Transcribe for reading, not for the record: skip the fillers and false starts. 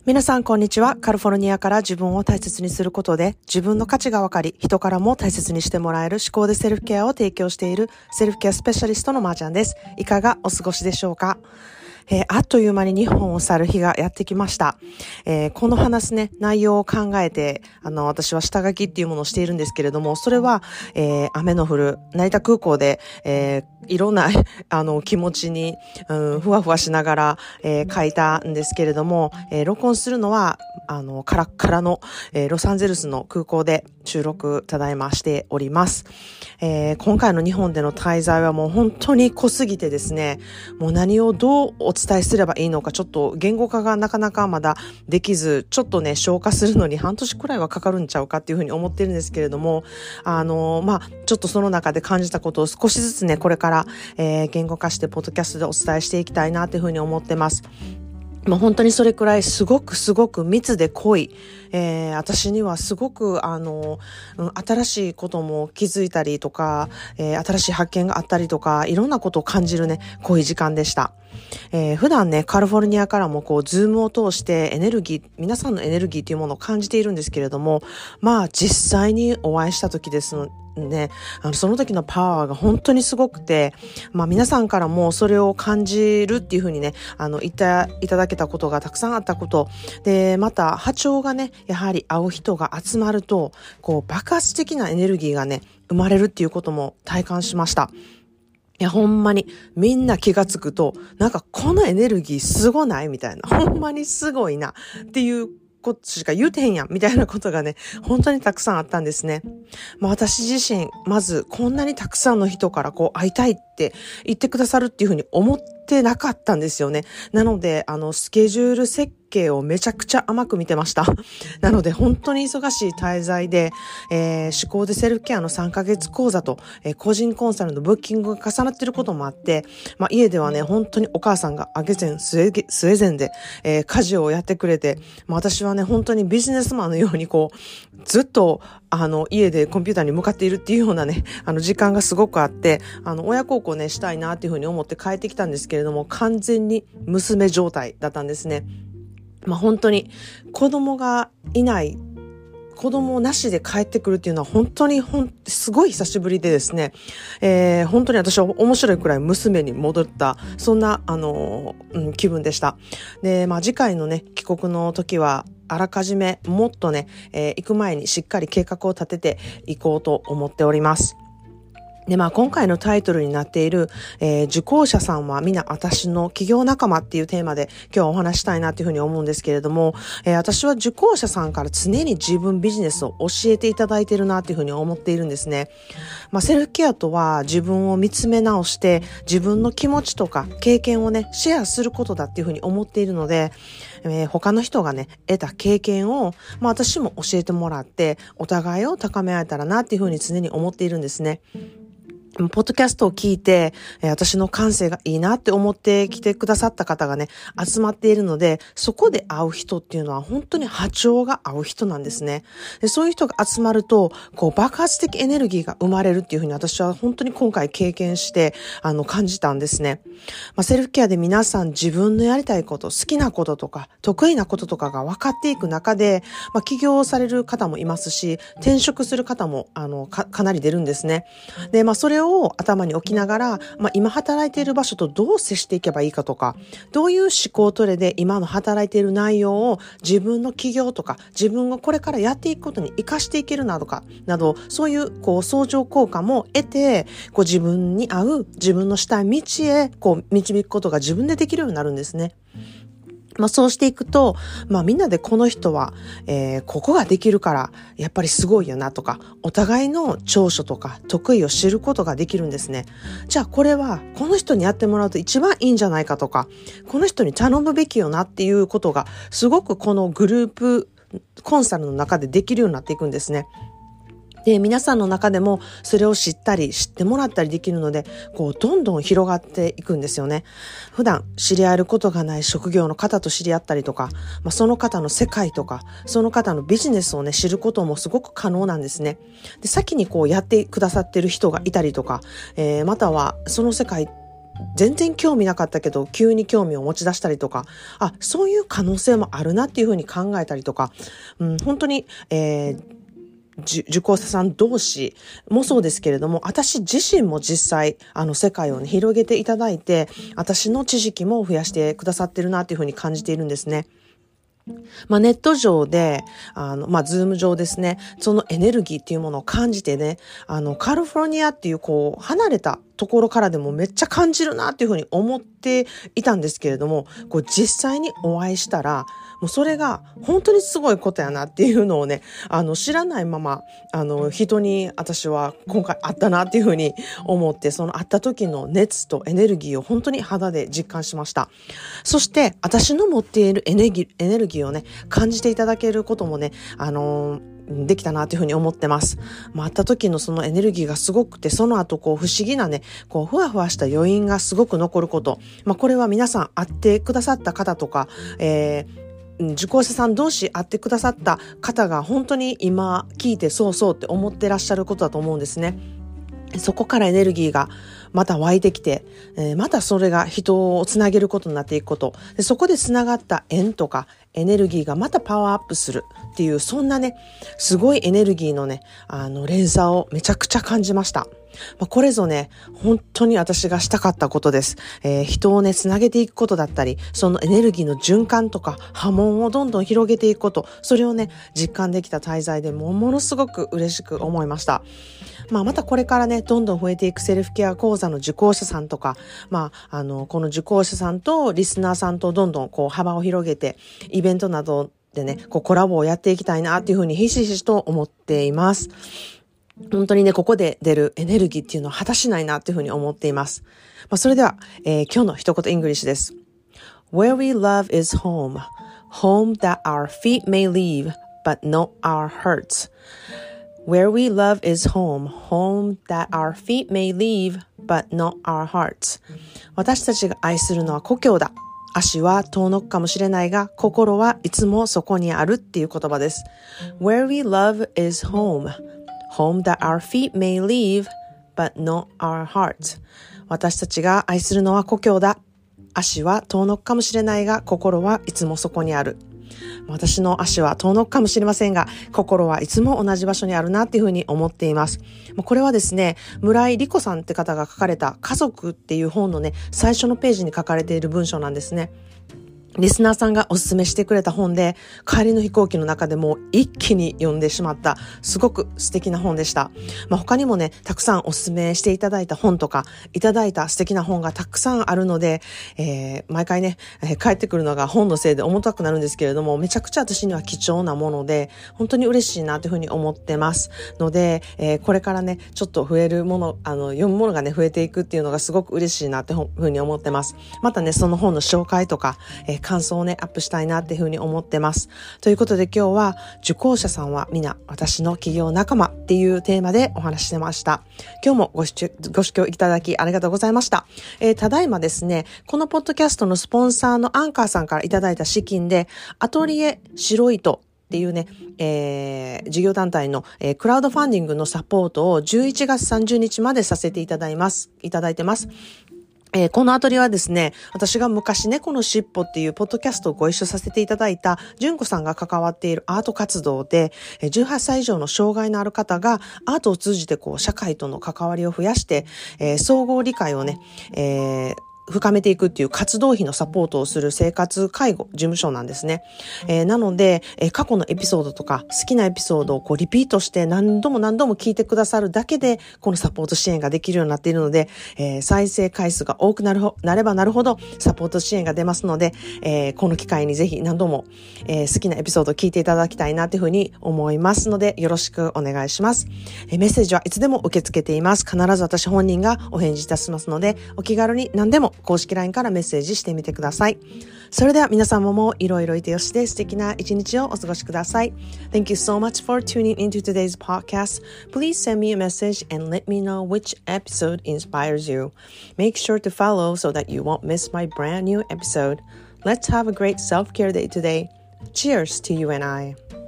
皆さんこんにちは。カリフォルニアから自分を大切にすることで自分の価値が分かり、人からも大切にしてもらえる思考でセルフケアを提供しているセルフケアスペシャリストのまーちゃんです。いかがお過ごしでしょうか？あっという間に日本を去る日がやってきました。この話すね、内容を考えて、私は下書きっていうものをしているんですけれども、それは、雨の降る成田空港で、いろんな、気持ちに、ふわふわしながら、書いたんですけれども、録音するのは、カラッカラの、ロサンゼルスの空港で収録ただいましております。今回の日本での滞在はもう本当に濃すぎてですね、もう何をどうお伝えすればいいのかちょっと言語化がなかなかまだできず、ちょっとね消化するのに半年くらいはかかるんちゃうかっていうふうに思ってるんですけれども、ちょっとその中で感じたことを少しずつねこれから、言語化してポッドキャストでお伝えしていきたいなというふうに思ってます。本当にそれくらいすごく密で濃い、私にはすごく新しいことも気づいたりとか、新しい発見があったりとか、いろんなことを感じるね濃い時間でした。普段ねカリフォルニアからもこうズームを通して皆さんのエネルギーというものを感じているんですけれども、実際にお会いした時ですね、その時のパワーが本当にすごくて、皆さんからもそれを感じるっていう風にね言っていただけたことがたくさんあったことで、また波長がねやはり合う人が集まるとこう爆発的なエネルギーがね生まれるっていうことも体感しました。いやほんまにみんな気がつくとなんかこのエネルギーすごないみたいな、ほんまにすごいなっていうことしか言うてへんやんみたいなことがね本当にたくさんあったんですね。私自身まずこんなにたくさんの人からこう会いたいって言ってくださるっていうふうに思ってなかったんですよね。なのでスケジュール設計をめちゃくちゃ甘く見てました。なので本当に忙しい滞在で、思考でセルフケアの3ヶ月講座と、個人コンサルのブッキングが重なっていることもあって、家ではね本当にお母さんがスウェーデンで、家事をやってくれて、私はね本当にビジネスマンのようにこうずっと家でコンピューターに向かっているっていうようなね時間がすごくあって、親孝行ねしたいなっていうふうに思って帰ってきたんですけれども、完全に娘状態だったんですね。本当に子供がいない、子供なしで帰ってくるっていうのは本当にすごい久しぶりでですね、本当に私は面白いくらい娘に戻ったそんな気分でした。で、次回のね帰国の時はあらかじめもっとね、行く前にしっかり計画を立てていこうと思っております。で、今回のタイトルになっている、受講者さんは皆私の企業仲間っていうテーマで今日はお話したいなというふうに思うんですけれども、私は受講者さんから常に自分ビジネスを教えていただいているなというふうに思っているんですね。セルフケアとは自分を見つめ直して自分の気持ちとか経験をねシェアすることだっていうふうに思っているので、他の人がね得た経験を、私も教えてもらってお互いを高め合えたらなっていうふうに常に思っているんですね。ポッドキャストを聞いて、私の感性がいいなって思ってきてくださった方がね、集まっているので、そこで会う人っていうのは本当に波長が合う人なんですね。で、そういう人が集まると、こう爆発的エネルギーが生まれるっていうふうに私は本当に今回経験して、感じたんですね。セルフケアで皆さん自分のやりたいこと、好きなこととか、得意なこととかが分かっていく中で、起業される方もいますし、転職する方も、かなり出るんですね。で、それを頭に置きながら、今働いている場所とどう接していけばいいかとか、どういう思考トレで今の働いている内容を自分の企業とか自分がこれからやっていくことに活かしていけるなど、そういう相乗効果も得て、自分に合う自分のしたい道へ導くことが自分でできるようになるんですね。そうしていくと、みんなでこの人は、ここができるからやっぱりすごいよなとか、お互いの長所とか得意を知ることができるんですね。じゃあこれはこの人にやってもらうと一番いいんじゃないかとか、この人に頼むべきよなっていうことがすごくこのグループコンサルの中でできるようになっていくんですね。で、皆さんの中でもそれを知ってもらったりできるので、どんどん広がっていくんですよね。普段知り合えることがない職業の方と知り合ったりとか、その方の世界とか、その方のビジネスをね、知ることもすごく可能なんですね。で、先にやってくださってる人がいたりとか、またはその世界全然興味なかったけど急に興味を持ち出したりとか、そういう可能性もあるなっていうふうに考えたりとか、本当に、受講者さん同士もそうですけれども、私自身も実際世界を、広げていただいて、私の知識も増やしてくださってるなというふうに感じているんですね。ネット上で、ズーム上ですね、そのエネルギーっていうものを感じてね、カリフォルニアっていう離れたところからでもめっちゃ感じるなっていうふうに思っていたんですけれども、実際にお会いしたら、もうそれが本当にすごいことやなっていうのをね、知らないまま、人に私は今回会ったなっていうふうに思って、その会った時の熱とエネルギーを本当に肌で実感しました。そして私の持っているエネルギーをね、感じていただけることもね、できたなというふうに思ってます。会った時のそのエネルギーがすごくて、その後不思議なね、ふわふわした余韻がすごく残ること。これは皆さん会ってくださった方とか、受講者さん同士会ってくださった方が本当に今聞いてそうって思ってらっしゃることだと思うんですね。そこからエネルギーがまた湧いてきて、またそれが人をつなげることになっていくこと。で、そこでつながった縁とかエネルギーがまたパワーアップするっていう、そんなね、すごいエネルギーのね、連鎖をめちゃくちゃ感じました。これぞね、本当に私がしたかったことです。人をね、つなげていくことだったり、そのエネルギーの循環とか波紋をどんどん広げていくこと、それをね、実感できた滞在でものすごく嬉しく思いました。またこれからね、どんどん増えていくセルフケア講座の受講者さんとか、この受講者さんとリスナーさんとどんどん幅を広げて、イベントなどでね、コラボをやっていきたいなっていうふうにひしひしと思っています。本当にね、ここで出るエネルギーっていうのは果たしないなっていうふうに思っています。それでは、今日の一言イングリッシュです。Where we love is home. Home that our feet may leave, but not our hearts.Where we love is home, home that our feet may leave, but not our hearts. 私たちが愛するのは故郷だ。足は遠のくかもしれないが、心はいつもそこにあるっていう言葉です。Where we love is home, home that our feet may leave, but not our hearts. 私たちが愛するのは故郷だ。足は遠のくかもしれないが、心はいつもそこにある。私の足は遠のくかもしれませんが、心はいつも同じ場所にあるなっていうふうに思っています。これはですね、村井理子さんって方が書かれた家族っていう本のね、最初のページに書かれている文章なんですね。リスナーさんがおすすめしてくれた本で、帰りの飛行機の中でも一気に読んでしまったすごく素敵な本でした。他にもね、たくさんおすすめしていただいた本とか、いただいた素敵な本がたくさんあるので、毎回ね、帰ってくるのが本のせいで重たくなるんですけれども、めちゃくちゃ私には貴重なもので、本当に嬉しいなというふうに思ってますので、これからね、ちょっと増えるもの、読むものがね、増えていくっていうのがすごく嬉しいなというふうに思ってます。またね、その本の紹介とか、感想をね、アップしたいなっていうふうに思ってます。ということで今日は、受講者さんは皆私の企業仲間っていうテーマでお話ししてました。今日もご視聴いただきありがとうございました。ただいまですね、このポッドキャストのスポンサーのアンカーさんからいただいた資金で、アトリエ白糸っていうね、事業団体の、クラウドファンディングのサポートを11月30日までさせていただいてます。このアトリエはですね、私が昔猫のしっぽっていうポッドキャストをご一緒させていただいた純子さんが関わっているアート活動で、18歳以上の障害のある方がアートを通じて社会との関わりを増やして、総合理解をね、深めていくっていう活動費のサポートをする生活介護事務所なんですね。なので、過去のエピソードとか好きなエピソードをリピートして何度も聞いてくださるだけでこのサポート支援ができるようになっているので、再生回数が多くなればなるほどサポート支援が出ますので、この機会にぜひ何度も、好きなエピソードを聞いていただきたいなというふうに思いますのでよろしくお願いします。メッセージはいつでも受け付けています。必ず私本人がお返事いたしますのでお気軽に何でも公式 LINE からメッセージしてみてください。それでは皆さんもいろいろいてよしで素敵な一日をお過ごしください。Thank you so much for tuning into today's podcast. Please send me a message and let me know which episode inspires you. Make sure to follow so that you won't miss my brand new episode. Let's have a great self-care day today. Cheers to you and I.